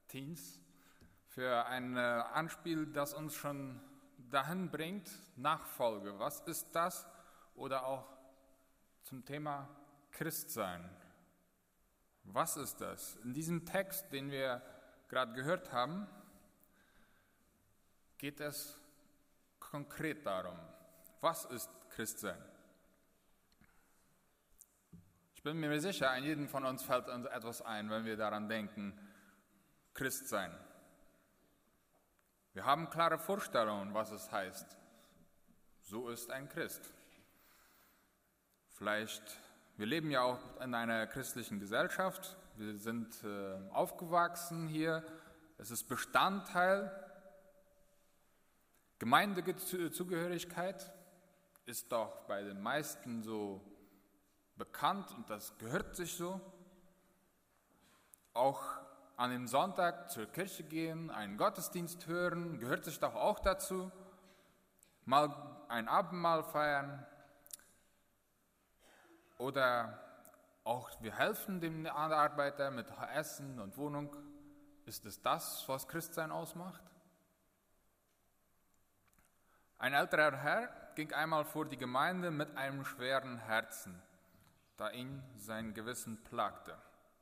Teens für ein Anspiel, das uns schon dahin bringt, Nachfolge. Was ist das? Oder auch zum Thema Christsein. Was ist das? In diesem Text, den wir gerade gehört haben, geht es konkret darum, was ist Christsein? Ich bin mir sicher, jedem von uns fällt uns etwas ein, wenn wir daran denken, Christsein. Wir haben klare Vorstellungen, was es heißt. So ist ein Christ. Wir leben ja auch in einer christlichen Gesellschaft. Wir sind aufgewachsen hier. Es ist Bestandteil. Gemeindezugehörigkeit ist doch bei den meisten so bekannt und das gehört sich so. Auch an dem Sonntag zur Kirche gehen, einen Gottesdienst hören, gehört sich doch auch dazu. Mal ein Abendmahl feiern oder auch wir helfen dem Arbeiter mit Essen und Wohnung. Ist es das, was Christsein ausmacht? Ein älterer Herr ging einmal vor die Gemeinde mit einem schweren Herzen, da ihn sein Gewissen plagte.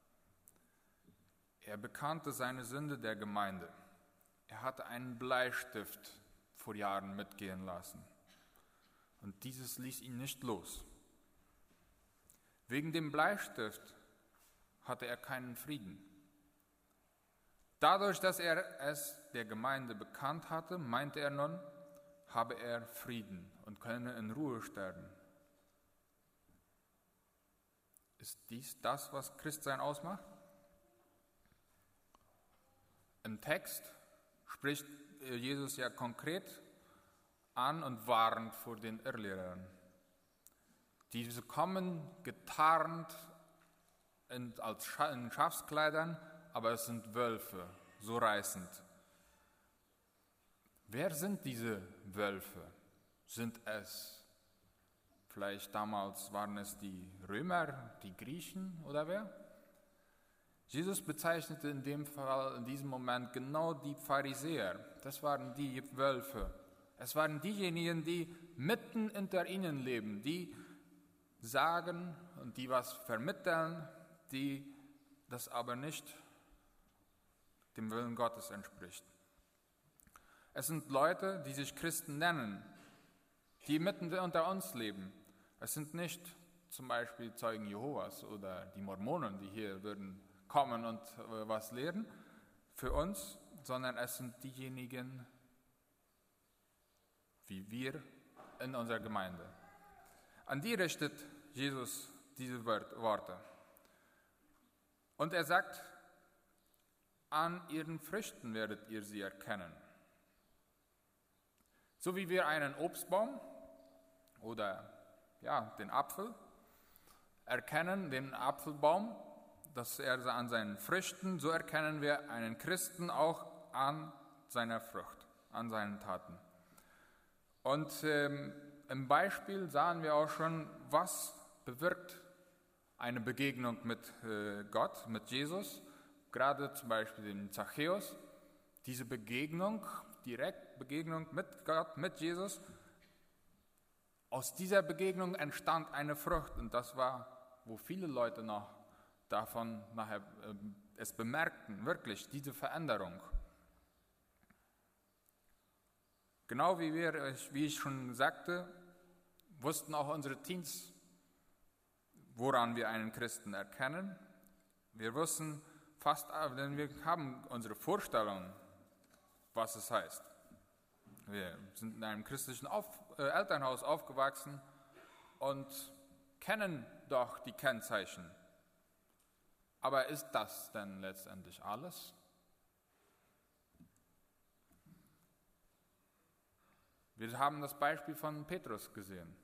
Er bekannte seine Sünde der Gemeinde. Er hatte einen Bleistift vor Jahren mitgehen lassen. Und dieses ließ ihn nicht los. Wegen dem Bleistift hatte er keinen Frieden. Dadurch, dass er es der Gemeinde bekannt hatte, meinte er nun, habe er Frieden und könne in Ruhe sterben. Ist dies das, was Christsein ausmacht? Im Text spricht Jesus ja konkret an und warnt vor den Irrlehrern. Diese kommen getarnt in Schafskleidern, aber es sind Wölfe, so reißend. Wer sind diese Wölfe? Sind es vielleicht damals waren es die Römer, die Griechen oder wer? Jesus bezeichnete in dem Fall, in diesem Moment genau die Pharisäer. Das waren die Wölfe. Es waren diejenigen, die mitten unter ihnen leben, die sagen und die was vermitteln, die das aber nicht dem Willen Gottes entspricht. Es sind Leute, die sich Christen nennen, die mitten unter uns leben. Es sind nicht zum Beispiel Zeugen Jehovas oder die Mormonen, die hier würden kommen und was lehren für uns, sondern es sind diejenigen wie wir in unserer Gemeinde. An die richtet Jesus diese Worte. Und er sagt, an ihren Früchten werdet ihr sie erkennen. So wie wir einen Obstbaum oder den Apfel erkennen, den Apfelbaum, dass er an seinen Früchten, so erkennen wir einen Christen auch an seiner Frucht, an seinen Taten. Und im Beispiel sahen wir auch schon, was bewirkt eine Begegnung mit Gott, mit Jesus, gerade zum Beispiel den Zachäus. Diese Begegnung, Direktbegegnung mit Gott, mit Jesus, aus dieser Begegnung entstand eine Frucht und das war, wo viele Leute noch davon nachher es bemerkten, wirklich diese Veränderung. Genau wie ich schon sagte, wussten auch unsere Teens, woran wir einen Christen erkennen. Wir wussten denn wir haben unsere Vorstellung, was es heißt. Wir sind in einem christlichen Elternhaus aufgewachsen und kennen doch die Kennzeichen. Aber ist das denn letztendlich alles? Wir haben das Beispiel von Petrus gesehen.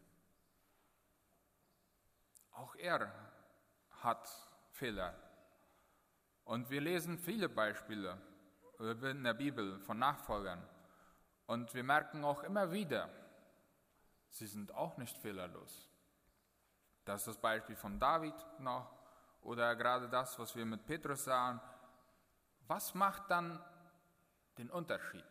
Auch er hat Fehler. Und wir lesen viele Beispiele in der Bibel von Nachfolgern. Und wir merken auch immer wieder, sie sind auch nicht fehlerlos. Das ist das Beispiel von David noch oder gerade das, was wir mit Petrus sahen. Was macht dann den Unterschied?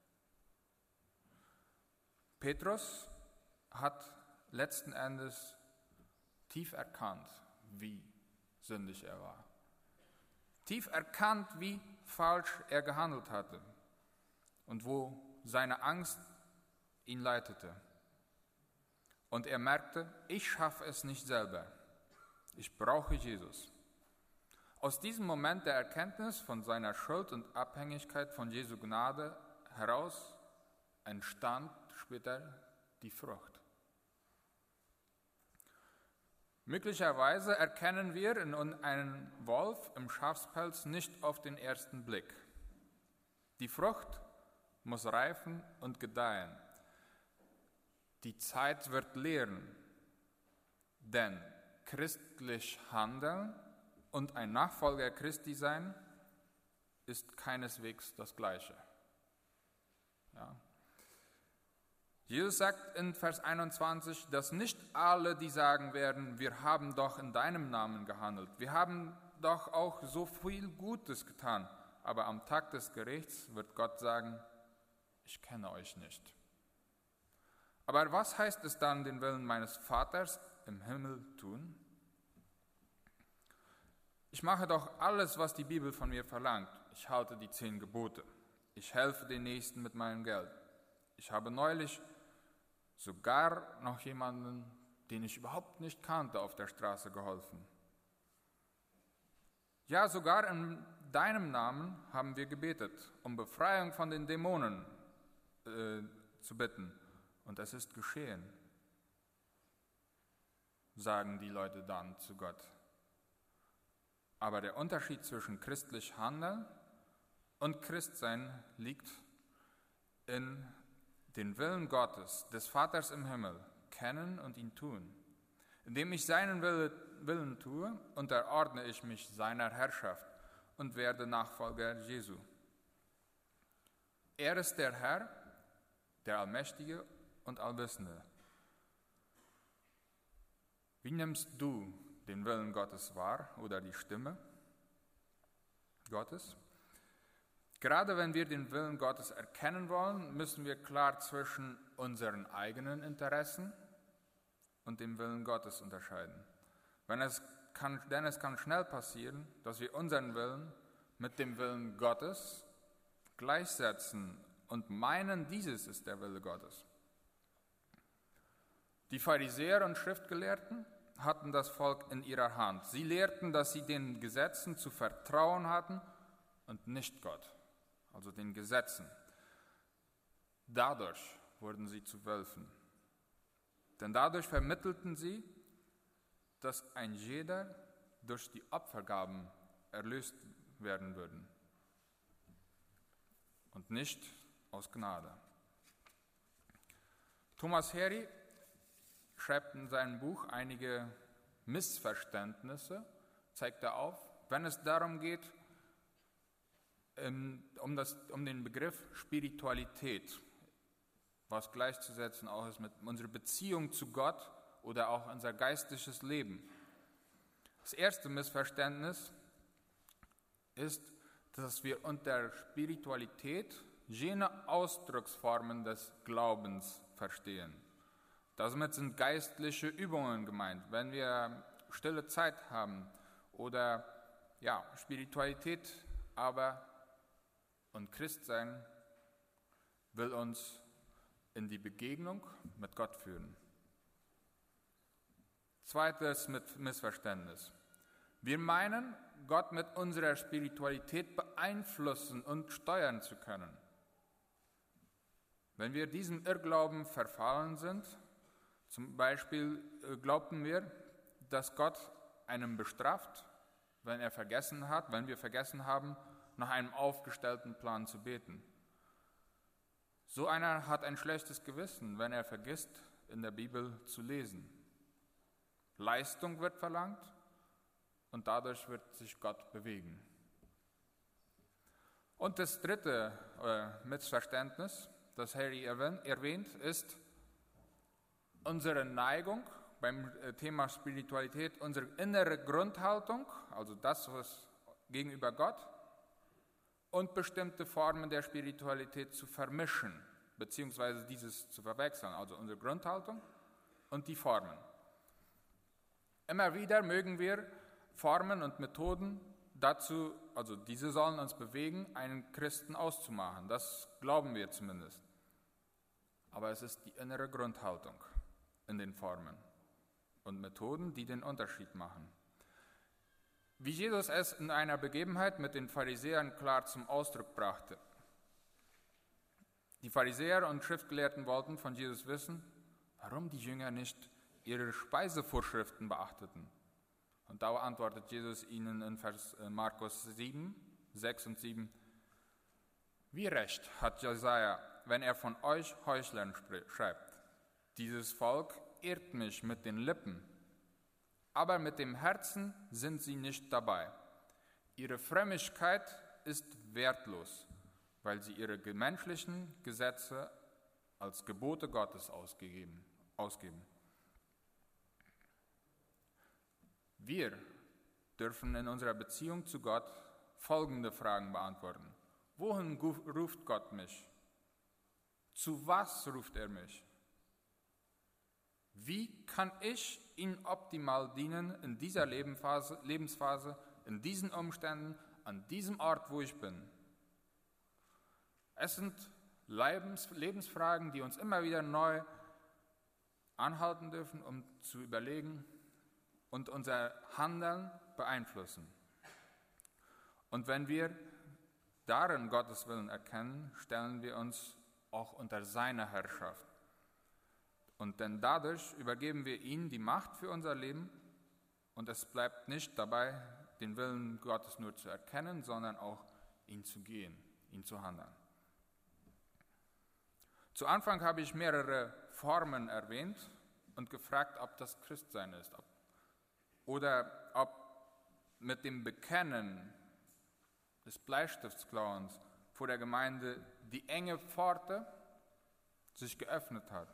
Petrus hat letzten Endes tief erkannt, wie sündig er war. Tief erkannt, wie falsch er gehandelt hatte und wo seine Angst ihn leitete. Und er merkte, ich schaffe es nicht selber. Ich brauche Jesus. Aus diesem Moment der Erkenntnis von seiner Schuld und Abhängigkeit von Jesu Gnade heraus entstand später die Frucht. Möglicherweise erkennen wir in einen Wolf im Schafspelz nicht auf den ersten Blick. Die Frucht muss reifen und gedeihen. Die Zeit wird lehren, denn christlich handeln und ein Nachfolger Christi sein ist keineswegs das Gleiche. Ja. Jesus sagt in Vers 21, dass nicht alle, die sagen werden, wir haben doch in deinem Namen gehandelt, wir haben doch auch so viel Gutes getan, aber am Tag des Gerichts wird Gott sagen, ich kenne euch nicht. Aber was heißt es dann, den Willen meines Vaters im Himmel tun? Ich mache doch alles, was die Bibel von mir verlangt. Ich halte die 10 Gebote. Ich helfe den Nächsten mit meinem Geld. Ich habe neulich sogar noch jemanden, den ich überhaupt nicht kannte, auf der Straße geholfen. Ja, sogar in deinem Namen haben wir gebetet, um Befreiung von den Dämonen zu bitten. Und es ist geschehen, sagen die Leute dann zu Gott. Aber der Unterschied zwischen christlich Handeln und Christsein liegt in den Willen Gottes, des Vaters im Himmel, kennen und ihn tun. Indem ich seinen Willen tue, unterordne ich mich seiner Herrschaft und werde Nachfolger Jesu. Er ist der Herr, der Allmächtige und Allwissende. Wie nimmst du den Willen Gottes wahr oder die Stimme Gottes? Gerade wenn wir den Willen Gottes erkennen wollen, müssen wir klar zwischen unseren eigenen Interessen und dem Willen Gottes unterscheiden. Denn es kann schnell passieren, dass wir unseren Willen mit dem Willen Gottes gleichsetzen und meinen, dieses ist der Wille Gottes. Die Pharisäer und Schriftgelehrten hatten das Volk in ihrer Hand. Sie lehrten, dass sie den Gesetzen zu vertrauen hatten und nicht Gott, also den Gesetzen. Dadurch wurden sie zu Wölfen. Denn dadurch vermittelten sie, dass ein jeder durch die Opfergaben erlöst werden würde und nicht aus Gnade. Thomas Harry schreibt in seinem Buch einige Missverständnisse, zeigt er auf, wenn es darum geht, um den Begriff Spiritualität, was gleichzusetzen auch ist mit unserer Beziehung zu Gott oder auch unser geistliches Leben. Das erste Missverständnis ist, dass wir unter Spiritualität jene Ausdrucksformen des Glaubens verstehen. Damit sind geistliche Übungen gemeint, wenn wir stille Zeit haben oder Spiritualität, aber und Christsein will uns in die Begegnung mit Gott führen. Zweites Missverständnis. Wir meinen, Gott mit unserer Spiritualität beeinflussen und steuern zu können. Wenn wir diesem Irrglauben verfallen sind, zum Beispiel glaubten wir, dass Gott einen bestraft, wenn wir vergessen haben, nach einem aufgestellten Plan zu beten. So einer hat ein schlechtes Gewissen, wenn er vergisst, in der Bibel zu lesen. Leistung wird verlangt und dadurch wird sich Gott bewegen. Und das dritte Missverständnis, das Harry erwähnt, ist unsere Neigung beim Thema Spiritualität, unsere innere Grundhaltung, also das, was gegenüber Gott, und bestimmte Formen der Spiritualität zu vermischen, beziehungsweise dieses zu verwechseln, also unsere Grundhaltung und die Formen. Immer wieder mögen wir Formen und Methoden dazu, also diese sollen uns bewegen, einen Christen auszumachen. Das glauben wir zumindest. Aber es ist die innere Grundhaltung in den Formen und Methoden, die den Unterschied machen. Wie Jesus es in einer Begebenheit mit den Pharisäern klar zum Ausdruck brachte. Die Pharisäer und Schriftgelehrten wollten von Jesus wissen, warum die Jünger nicht ihre Speisevorschriften beachteten. Und da antwortet Jesus ihnen in Markus 7, 6 und 7, wie recht hat Jesaja, wenn er von euch Heuchlern schreibt. Dieses Volk ehrt mich mit den Lippen, aber mit dem Herzen sind sie nicht dabei. Ihre Frömmigkeit ist wertlos, weil sie ihre menschlichen Gesetze als Gebote Gottes ausgeben. Wir dürfen in unserer Beziehung zu Gott folgende Fragen beantworten. Wohin ruft Gott mich? Zu was ruft er mich? Wie kann ich ihm optimal dienen in dieser Lebensphase, in diesen Umständen, an diesem Ort, wo ich bin? Es sind Lebensfragen, die uns immer wieder neu anhalten dürfen, um zu überlegen und unser Handeln beeinflussen. Und wenn wir darin Gottes Willen erkennen, stellen wir uns auch unter seine Herrschaft. Und denn dadurch übergeben wir ihm die Macht für unser Leben und es bleibt nicht dabei, den Willen Gottes nur zu erkennen, sondern auch ihn zu gehen, ihn zu handeln. Zu Anfang habe ich mehrere Formen erwähnt und gefragt, ob das Christsein ist oder ob mit dem Bekennen des Bleistiftsklauens vor der Gemeinde die enge Pforte sich geöffnet hat.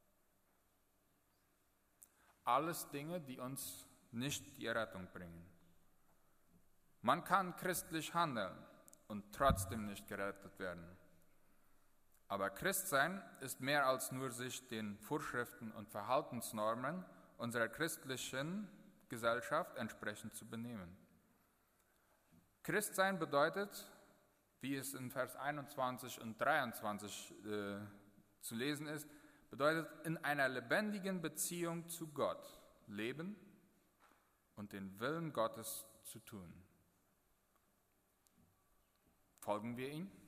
Alles Dinge, die uns nicht die Errettung bringen. Man kann christlich handeln und trotzdem nicht gerettet werden. Aber Christsein ist mehr als nur sich den Vorschriften und Verhaltensnormen unserer christlichen Gesellschaft entsprechend zu benehmen. Christsein bedeutet, wie es in Vers 21 und 23 zu lesen ist, bedeutet in einer lebendigen Beziehung zu Gott leben und den Willen Gottes zu tun. Folgen wir ihm?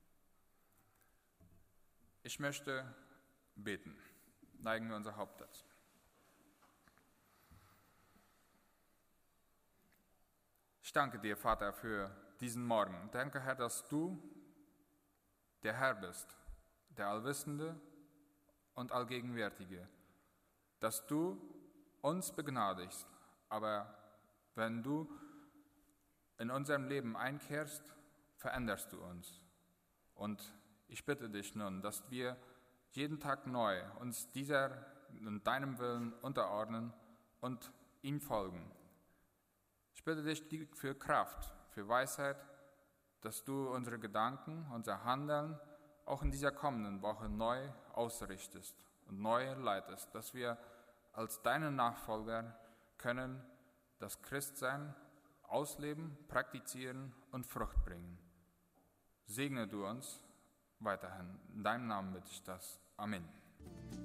Ich möchte beten. Neigen wir unser Haupt dazu. Ich danke dir, Vater, für diesen Morgen. Danke, Herr, dass du der Herr bist, der Allwissende und Allgegenwärtige, dass du uns begnadigst, aber wenn du in unserem Leben einkehrst, veränderst du uns. Und ich bitte dich nun, dass wir jeden Tag neu uns dieser und deinem Willen unterordnen und ihm folgen. Ich bitte dich für Kraft, für Weisheit, dass du unsere Gedanken, unser Handeln auch in dieser kommenden Woche neu ausrichtest und neu leitest, dass wir als deine Nachfolger können das Christsein ausleben, praktizieren und Frucht bringen. Segne du uns weiterhin. In deinem Namen bitte ich das. Amen.